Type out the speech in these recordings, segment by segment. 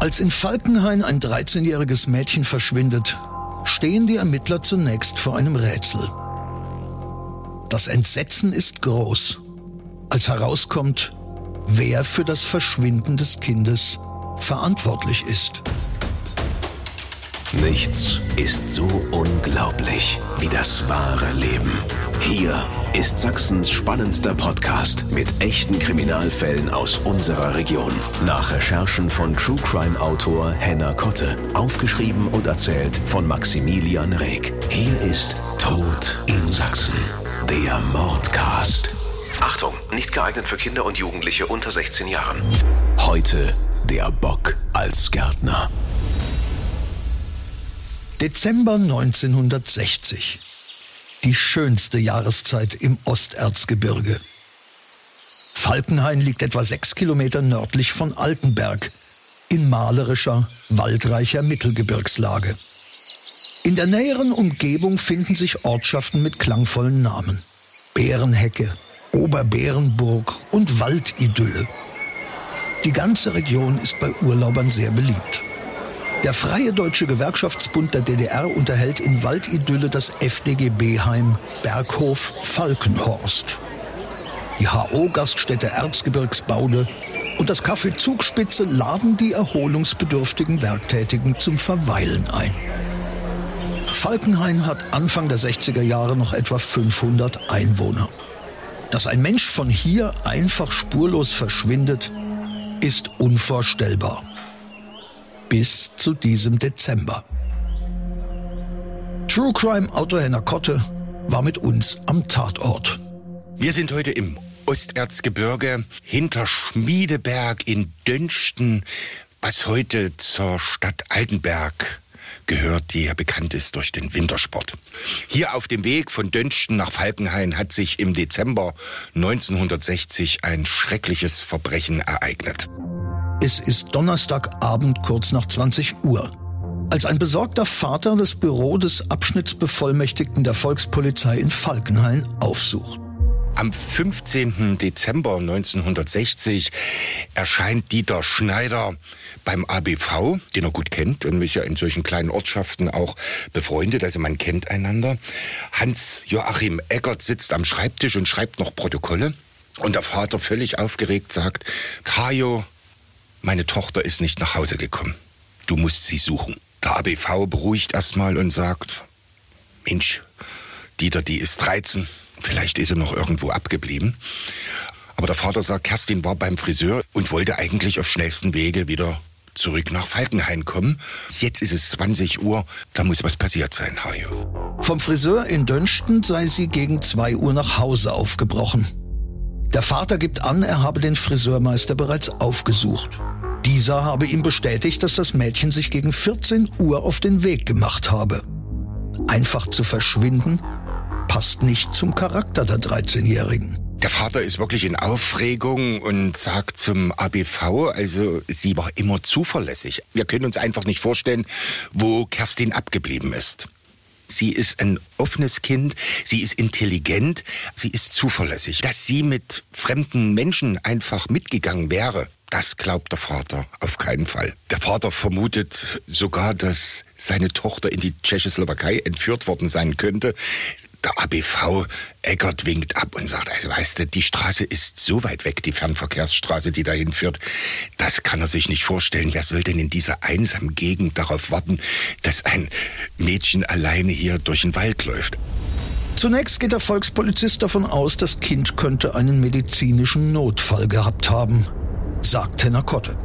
Als in Falkenhain ein 13-jähriges Mädchen verschwindet, stehen die Ermittler zunächst vor einem Rätsel. Das Entsetzen ist groß, als herauskommt, wer für das Verschwinden des Kindes verantwortlich ist. Nichts ist so unglaublich wie das wahre Leben. Hier ist Sachsens spannendster Podcast mit echten Kriminalfällen aus unserer Region. Nach Recherchen von True Crime Autor Henner Kotte. Aufgeschrieben und erzählt von Maximilian Reg. Hier ist Tod in Sachsen. Der Mordcast. Achtung, nicht geeignet für Kinder und Jugendliche unter 16 Jahren. Heute der Bock als Gärtner. Dezember 1960. Die schönste Jahreszeit im Osterzgebirge. Falkenhain liegt etwa 6 Kilometer nördlich von Altenberg, in malerischer, waldreicher Mittelgebirgslage. In der näheren Umgebung finden sich Ortschaften mit klangvollen Namen. Bärenhecke, Oberbärenburg und Waldidylle. Die ganze Region ist bei Urlaubern sehr beliebt. Der Freie Deutsche Gewerkschaftsbund der DDR unterhält in Waldidylle das FDGB-Heim Berghof Falkenhorst. Die HO-Gaststätte Erzgebirgsbaude und das Café Zugspitze laden die erholungsbedürftigen Werktätigen zum Verweilen ein. Falkenhain hat Anfang der 60er Jahre noch etwa 500 Einwohner. Dass ein Mensch von hier einfach spurlos verschwindet, ist unvorstellbar. Bis zu diesem Dezember. True Crime Autor Henner Kotte war mit uns am Tatort. Wir sind heute im Osterzgebirge hinter Schmiedeberg in Dönsten, was heute zur Stadt Altenberg gehört, die ja bekannt ist durch den Wintersport. Hier auf dem Weg von Dönsten nach Falkenhain hat sich im Dezember 1960 ein schreckliches Verbrechen ereignet. Es ist Donnerstagabend kurz nach 20 Uhr, als ein besorgter Vater das Büro des Abschnittsbevollmächtigten der Volkspolizei in Falkenhain aufsucht. Am 15. Dezember 1960 erscheint Dieter Schneider beim ABV, den er gut kennt und mich ja in solchen kleinen Ortschaften auch befreundet, also man kennt einander. Hans-Joachim Eggert sitzt am Schreibtisch und schreibt noch Protokolle. Und der Vater völlig aufgeregt sagt: Kajo, meine Tochter ist nicht nach Hause gekommen. Du musst sie suchen. Der ABV beruhigt erstmal und sagt: Mensch, Dieter, die ist 13. Vielleicht ist sie noch irgendwo abgeblieben. Aber der Vater sagt, Kerstin war beim Friseur und wollte eigentlich auf schnellstem Wege wieder zurück nach Falkenhain kommen. Jetzt ist es 20 Uhr, da muss was passiert sein, Hajo. Vom Friseur in Dönsten sei sie gegen 2 Uhr nach Hause aufgebrochen. Der Vater gibt an, er habe den Friseurmeister bereits aufgesucht. Dieser habe ihm bestätigt, dass das Mädchen sich gegen 14 Uhr auf den Weg gemacht habe. Einfach zu verschwinden, passt nicht zum Charakter der 13-Jährigen. Der Vater ist wirklich in Aufregung und sagt zum ABV, also sie war immer zuverlässig. Wir können uns einfach nicht vorstellen, wo Kerstin abgeblieben ist. Sie ist ein offenes Kind, sie ist intelligent, sie ist zuverlässig. Dass sie mit fremden Menschen einfach mitgegangen wäre, das glaubt der Vater auf keinen Fall. Der Vater vermutet sogar, dass seine Tochter in die Tschechoslowakei entführt worden sein könnte. Der ABV Eggert winkt ab und sagt, also weißt du, die Straße ist so weit weg, die Fernverkehrsstraße, die dahin führt, das kann er sich nicht vorstellen. Wer soll denn in dieser einsamen Gegend darauf warten, dass ein Mädchen alleine hier durch den Wald läuft? Zunächst geht der Volkspolizist davon aus, das Kind könnte einen medizinischen Notfall gehabt haben, sagt Henner Kotte.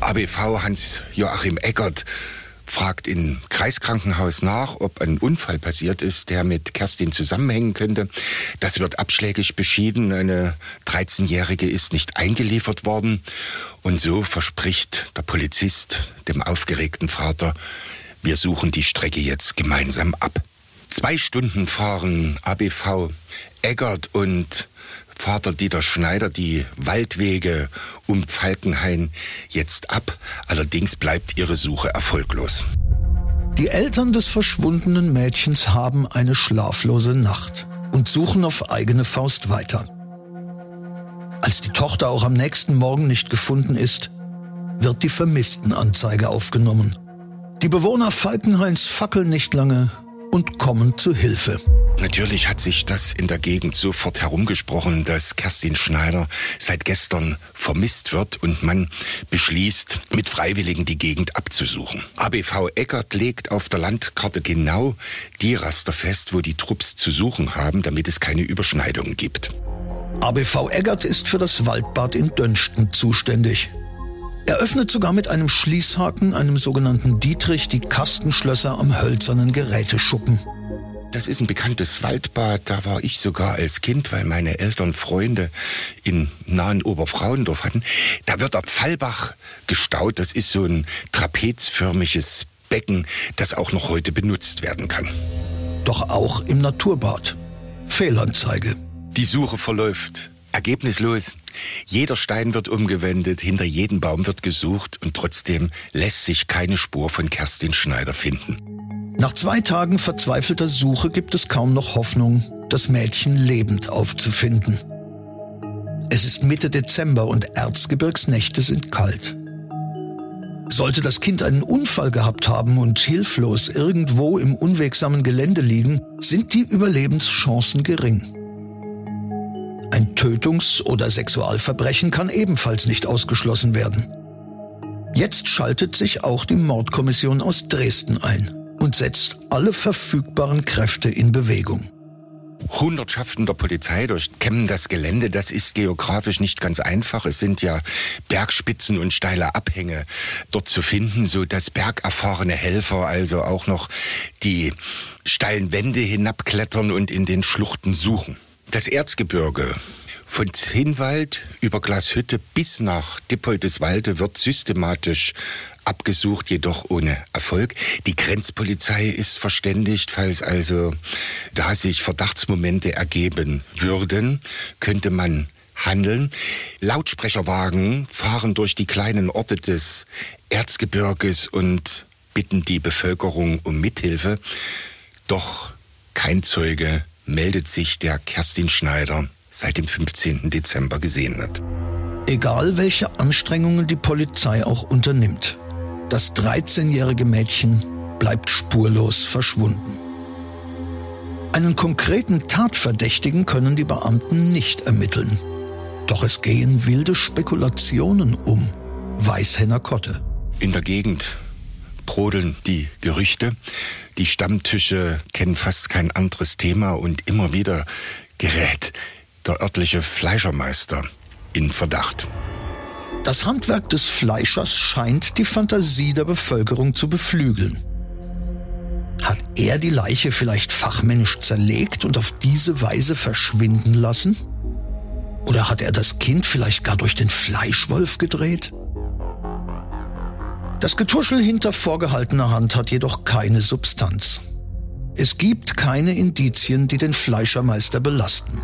ABV Hans-Joachim Eggert fragt im Kreiskrankenhaus nach, ob ein Unfall passiert ist, der mit Kerstin zusammenhängen könnte. Das wird abschlägig beschieden. Eine 13-Jährige ist nicht eingeliefert worden. Und so verspricht der Polizist dem aufgeregten Vater, wir suchen die Strecke jetzt gemeinsam ab. 2 Stunden fahren ABV Eggert und Vater Dieter Schneider die Waldwege um Falkenhain jetzt ab. Allerdings bleibt ihre Suche erfolglos. Die Eltern des verschwundenen Mädchens haben eine schlaflose Nacht und suchen auf eigene Faust weiter. Als die Tochter auch am nächsten Morgen nicht gefunden ist, wird die Vermisstenanzeige aufgenommen. Die Bewohner Falkenhains fackeln nicht lange und kommen zu Hilfe. Natürlich hat sich das in der Gegend sofort herumgesprochen, dass Kerstin Schneider seit gestern vermisst wird und man beschließt, mit Freiwilligen die Gegend abzusuchen. ABV Eggert legt auf der Landkarte genau die Raster fest, wo die Trupps zu suchen haben, damit es keine Überschneidungen gibt. ABV Eggert ist für das Waldbad in Dönsten zuständig. Er öffnet sogar mit einem Schließhaken, einem sogenannten Dietrich, die Kastenschlösser am hölzernen Geräteschuppen. Das ist ein bekanntes Waldbad, da war ich sogar als Kind, weil meine Eltern Freunde in nahen Oberfrauendorf hatten. Da wird der Pfalbach gestaut, das ist so ein trapezförmiges Becken, das auch noch heute benutzt werden kann. Doch auch im Naturbad. Fehlanzeige. Die Suche verläuft ergebnislos. Jeder Stein wird umgewendet, hinter jedem Baum wird gesucht und trotzdem lässt sich keine Spur von Kerstin Schneider finden. Nach 2 Tagen verzweifelter Suche gibt es kaum noch Hoffnung, das Mädchen lebend aufzufinden. Es ist Mitte Dezember und Erzgebirgsnächte sind kalt. Sollte das Kind einen Unfall gehabt haben und hilflos irgendwo im unwegsamen Gelände liegen, sind die Überlebenschancen gering. Ein Tötungs- oder Sexualverbrechen kann ebenfalls nicht ausgeschlossen werden. Jetzt schaltet sich auch die Mordkommission aus Dresden ein und setzt alle verfügbaren Kräfte in Bewegung. Hundertschaften der Polizei durchkämmen das Gelände. Das ist geografisch nicht ganz einfach. Es sind ja Bergspitzen und steile Abhänge dort zu finden, so dass bergerfahrene Helfer also auch noch die steilen Wände hinabklettern und in den Schluchten suchen. Das Erzgebirge von Zinnwald über Glashütte bis nach Dippoldeswalde wird systematisch abgesucht, jedoch ohne Erfolg. Die Grenzpolizei ist verständigt, falls also da sich Verdachtsmomente ergeben würden, könnte man handeln. Lautsprecherwagen fahren durch die kleinen Orte des Erzgebirges und bitten die Bevölkerung um Mithilfe. Doch kein Zeuge meldet sich, der Kerstin Schneider seit dem 15. Dezember gesehen hat. Egal welche Anstrengungen die Polizei auch unternimmt, das 13-jährige Mädchen bleibt spurlos verschwunden. Einen konkreten Tatverdächtigen können die Beamten nicht ermitteln. Doch es gehen wilde Spekulationen um, weiß Henner Kotte. In der Gegend brodeln die Gerüchte. Die Stammtische kennen fast kein anderes Thema und immer wieder gerät der örtliche Fleischermeister in Verdacht. Das Handwerk des Fleischers scheint die Fantasie der Bevölkerung zu beflügeln. Hat er die Leiche vielleicht fachmännisch zerlegt und auf diese Weise verschwinden lassen? Oder hat er das Kind vielleicht gar durch den Fleischwolf gedreht? Das Getuschel hinter vorgehaltener Hand hat jedoch keine Substanz. Es gibt keine Indizien, die den Fleischermeister belasten.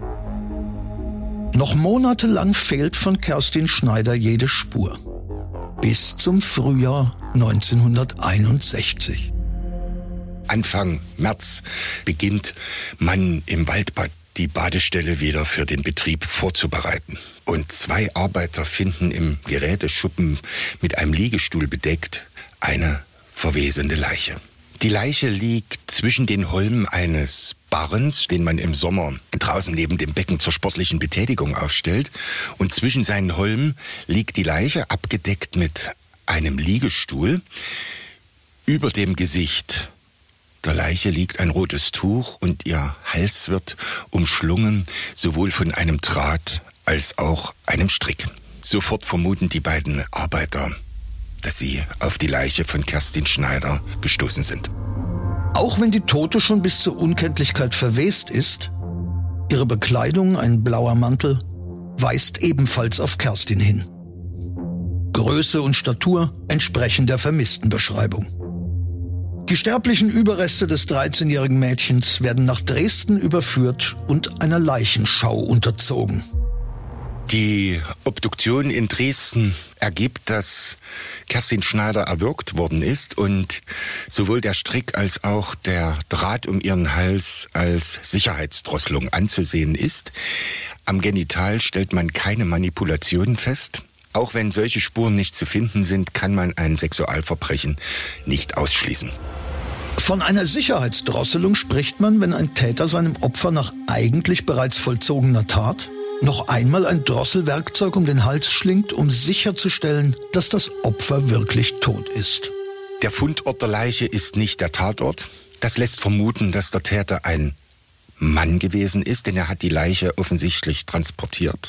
Noch monatelang fehlt von Kerstin Schneider jede Spur. Bis zum Frühjahr 1961. Anfang März beginnt man im Waldbad die Badestelle wieder für den Betrieb vorzubereiten. Und 2 Arbeiter finden im Geräteschuppen mit einem Liegestuhl bedeckt eine verwesende Leiche. Die Leiche liegt zwischen den Holmen eines Barrens, den man im Sommer draußen neben dem Becken zur sportlichen Betätigung aufstellt. Und zwischen seinen Holmen liegt die Leiche, abgedeckt mit einem Liegestuhl. Über dem Gesicht der Leiche liegt ein rotes Tuch und ihr Hals wird umschlungen, sowohl von einem Draht als auch einem Strick. Sofort vermuten die beiden Arbeiter, dass sie auf die Leiche von Kerstin Schneider gestoßen sind. Auch wenn die Tote schon bis zur Unkenntlichkeit verwest ist, ihre Bekleidung, ein blauer Mantel, weist ebenfalls auf Kerstin hin. Größe und Statur entsprechen der Vermisstenbeschreibung. Die sterblichen Überreste des 13-jährigen Mädchens werden nach Dresden überführt und einer Leichenschau unterzogen. Die Obduktion in Dresden ergibt, dass Kerstin Schneider erwürgt worden ist und sowohl der Strick als auch der Draht um ihren Hals als Sicherheitsdrosselung anzusehen ist. Am Genital stellt man keine Manipulationen fest. Auch wenn solche Spuren nicht zu finden sind, kann man ein Sexualverbrechen nicht ausschließen. Von einer Sicherheitsdrosselung spricht man, wenn ein Täter seinem Opfer nach eigentlich bereits vollzogener Tat noch einmal ein Drosselwerkzeug um den Hals schlingt, um sicherzustellen, dass das Opfer wirklich tot ist. Der Fundort der Leiche ist nicht der Tatort. Das lässt vermuten, dass der Täter ein Mann gewesen ist, denn er hat die Leiche offensichtlich transportiert.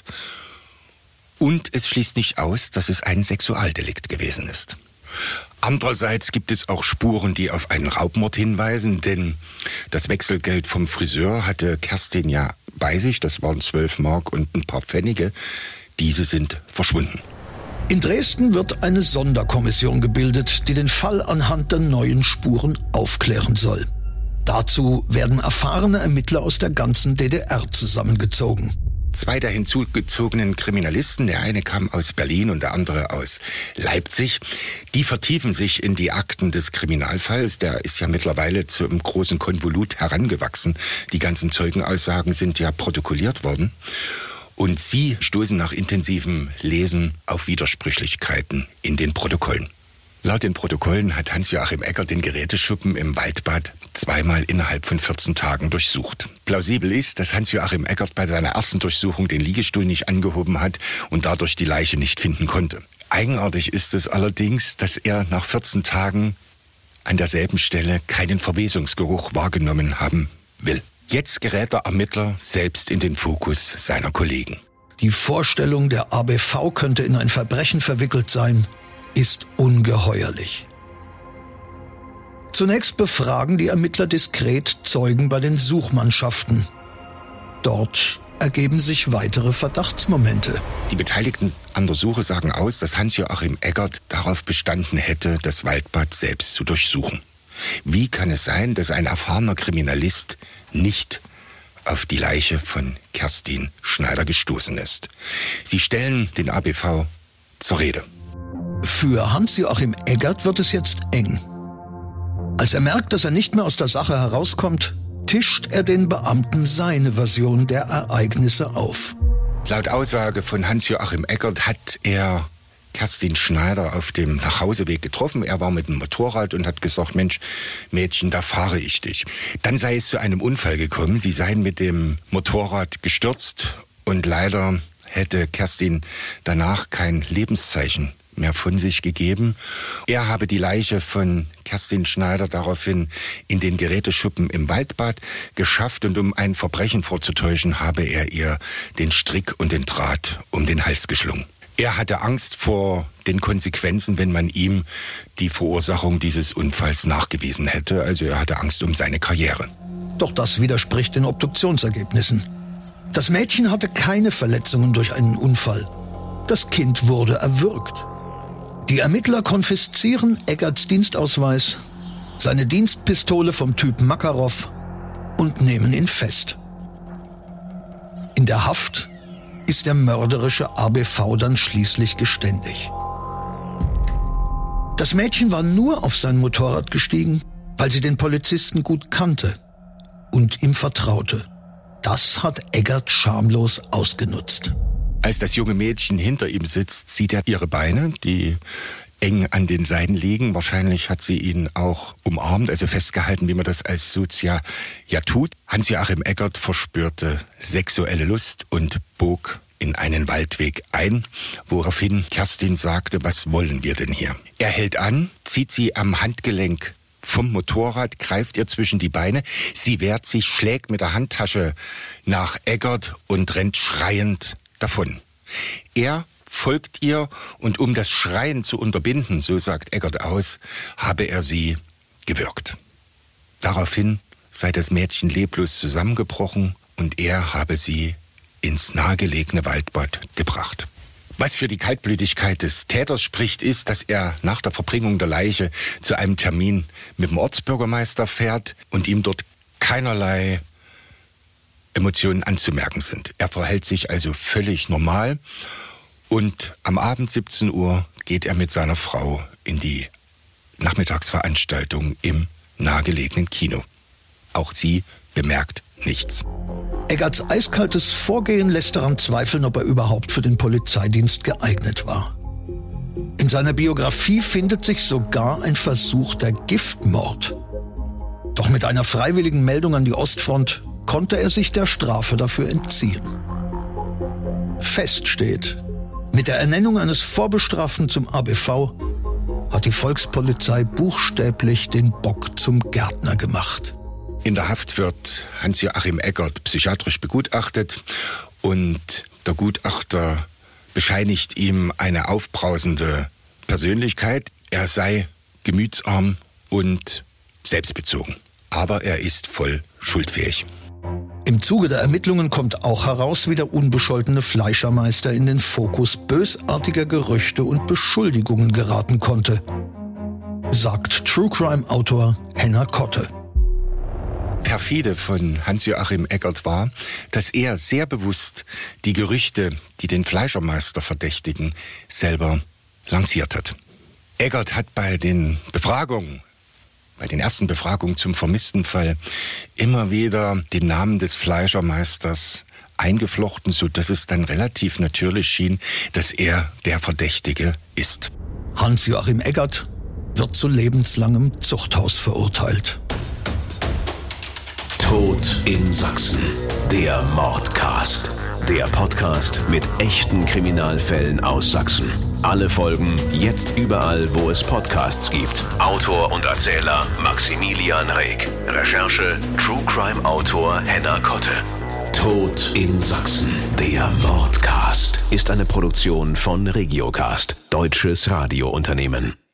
Und es schließt nicht aus, dass es ein Sexualdelikt gewesen ist. Andererseits gibt es auch Spuren, die auf einen Raubmord hinweisen, denn das Wechselgeld vom Friseur hatte Kerstin ja bei sich, das waren 12 Mark und ein paar Pfennige. Diese sind verschwunden. In Dresden wird eine Sonderkommission gebildet, die den Fall anhand der neuen Spuren aufklären soll. Dazu werden erfahrene Ermittler aus der ganzen DDR zusammengezogen. 2 der hinzugezogenen Kriminalisten, der eine kam aus Berlin und der andere aus Leipzig, die vertiefen sich in die Akten des Kriminalfalls. Der ist ja mittlerweile zu einem großen Konvolut herangewachsen. Die ganzen Zeugenaussagen sind ja protokolliert worden. Und sie stoßen nach intensivem Lesen auf Widersprüchlichkeiten in den Protokollen. Laut den Protokollen hat Hans-Joachim Egger den Geräteschuppen im Waldbad 2-mal innerhalb von 14 Tagen durchsucht. Plausibel ist, dass Hans-Joachim Eggert bei seiner ersten Durchsuchung den Liegestuhl nicht angehoben hat und dadurch die Leiche nicht finden konnte. Eigenartig ist es allerdings, dass er nach 14 Tagen an derselben Stelle keinen Verwesungsgeruch wahrgenommen haben will. Jetzt gerät der Ermittler selbst in den Fokus seiner Kollegen. Die Vorstellung, der ABV könnte in ein Verbrechen verwickelt sein, ist ungeheuerlich. Zunächst befragen die Ermittler diskret Zeugen bei den Suchmannschaften. Dort ergeben sich weitere Verdachtsmomente. Die Beteiligten an der Suche sagen aus, dass Hans-Joachim Eggert darauf bestanden hätte, das Waldbad selbst zu durchsuchen. Wie kann es sein, dass ein erfahrener Kriminalist nicht auf die Leiche von Kerstin Schneider gestoßen ist? Sie stellen den ABV zur Rede. Für Hans-Joachim Eggert wird es jetzt eng. Als er merkt, dass er nicht mehr aus der Sache herauskommt, tischt er den Beamten seine Version der Ereignisse auf. Laut Aussage von Hans-Joachim Eggert hat er Kerstin Schneider auf dem Nachhauseweg getroffen. Er war mit dem Motorrad und hat gesagt, Mensch, Mädchen, da fahre ich dich. Dann sei es zu einem Unfall gekommen. Sie seien mit dem Motorrad gestürzt und leider hätte Kerstin danach kein Lebenszeichen mehr von sich gegeben. Er habe die Leiche von Kerstin Schneider daraufhin in den Geräteschuppen im Waldbad geschafft und um ein Verbrechen vorzutäuschen, habe er ihr den Strick und den Draht um den Hals geschlungen. Er hatte Angst vor den Konsequenzen, wenn man ihm die Verursachung dieses Unfalls nachgewiesen hätte. Also er hatte Angst um seine Karriere. Doch das widerspricht den Obduktionsergebnissen. Das Mädchen hatte keine Verletzungen durch einen Unfall. Das Kind wurde erwürgt. Die Ermittler konfiszieren Eggerts Dienstausweis, seine Dienstpistole vom Typ Makarov und nehmen ihn fest. In der Haft ist der mörderische ABV dann schließlich geständig. Das Mädchen war nur auf sein Motorrad gestiegen, weil sie den Polizisten gut kannte und ihm vertraute. Das hat Eggert schamlos ausgenutzt. Als das junge Mädchen hinter ihm sitzt, sieht er ihre Beine, die eng an den Seiten liegen. Wahrscheinlich hat sie ihn auch umarmt, also festgehalten, wie man das als Sozia ja tut. Hans-Joachim Eggert verspürte sexuelle Lust und bog in einen Waldweg ein, woraufhin Kerstin sagte, was wollen wir denn hier? Er hält an, zieht sie am Handgelenk vom Motorrad, greift ihr zwischen die Beine. Sie wehrt sich, schlägt mit der Handtasche nach Eggert und rennt schreiend davon. Er folgt ihr und um das Schreien zu unterbinden, so sagt Eggert aus, habe er sie gewürgt. Daraufhin sei das Mädchen leblos zusammengebrochen und er habe sie ins nahegelegene Waldbad gebracht. Was für die Kaltblütigkeit des Täters spricht, ist, dass er nach der Verbringung der Leiche zu einem Termin mit dem Ortsbürgermeister fährt und ihm dort keinerlei Emotionen anzumerken sind. Er verhält sich also völlig normal und am Abend 17 Uhr geht er mit seiner Frau in die Nachmittagsveranstaltung im nahegelegenen Kino. Auch sie bemerkt nichts. Eggerts eiskaltes Vorgehen lässt daran zweifeln, ob er überhaupt für den Polizeidienst geeignet war. In seiner Biografie findet sich sogar ein versuchter Giftmord. Doch mit einer freiwilligen Meldung an die Ostfront konnte er sich der Strafe dafür entziehen. Fest steht, mit der Ernennung eines Vorbestraften zum ABV hat die Volkspolizei buchstäblich den Bock zum Gärtner gemacht. In der Haft wird Hans-Joachim Eggert psychiatrisch begutachtet und der Gutachter bescheinigt ihm eine aufbrausende Persönlichkeit. Er sei gemütsarm und selbstbezogen. Aber er ist voll schuldfähig. Im Zuge der Ermittlungen kommt auch heraus, wie der unbescholtene Fleischermeister in den Fokus bösartiger Gerüchte und Beschuldigungen geraten konnte, sagt True-Crime-Autor Henner Kotte. Perfide von Hans-Joachim Eggert war, dass er sehr bewusst die Gerüchte, die den Fleischermeister verdächtigen, selber lanciert hat. Eggert hat bei den ersten Befragungen zum Vermisstenfall immer wieder den Namen des Fleischermeisters eingeflochten, sodass es dann relativ natürlich schien, dass er der Verdächtige ist. Hans-Joachim Eggert wird zu lebenslangem Zuchthaus verurteilt. Tod in Sachsen, der Mordcast. Der Podcast mit echten Kriminalfällen aus Sachsen. Alle Folgen jetzt überall, wo es Podcasts gibt. Autor und Erzähler Maximilian Reg. Recherche True Crime Autor Henner Kotte. Tod in Sachsen, der Mordcast ist eine Produktion von Regiocast, deutsches Radiounternehmen.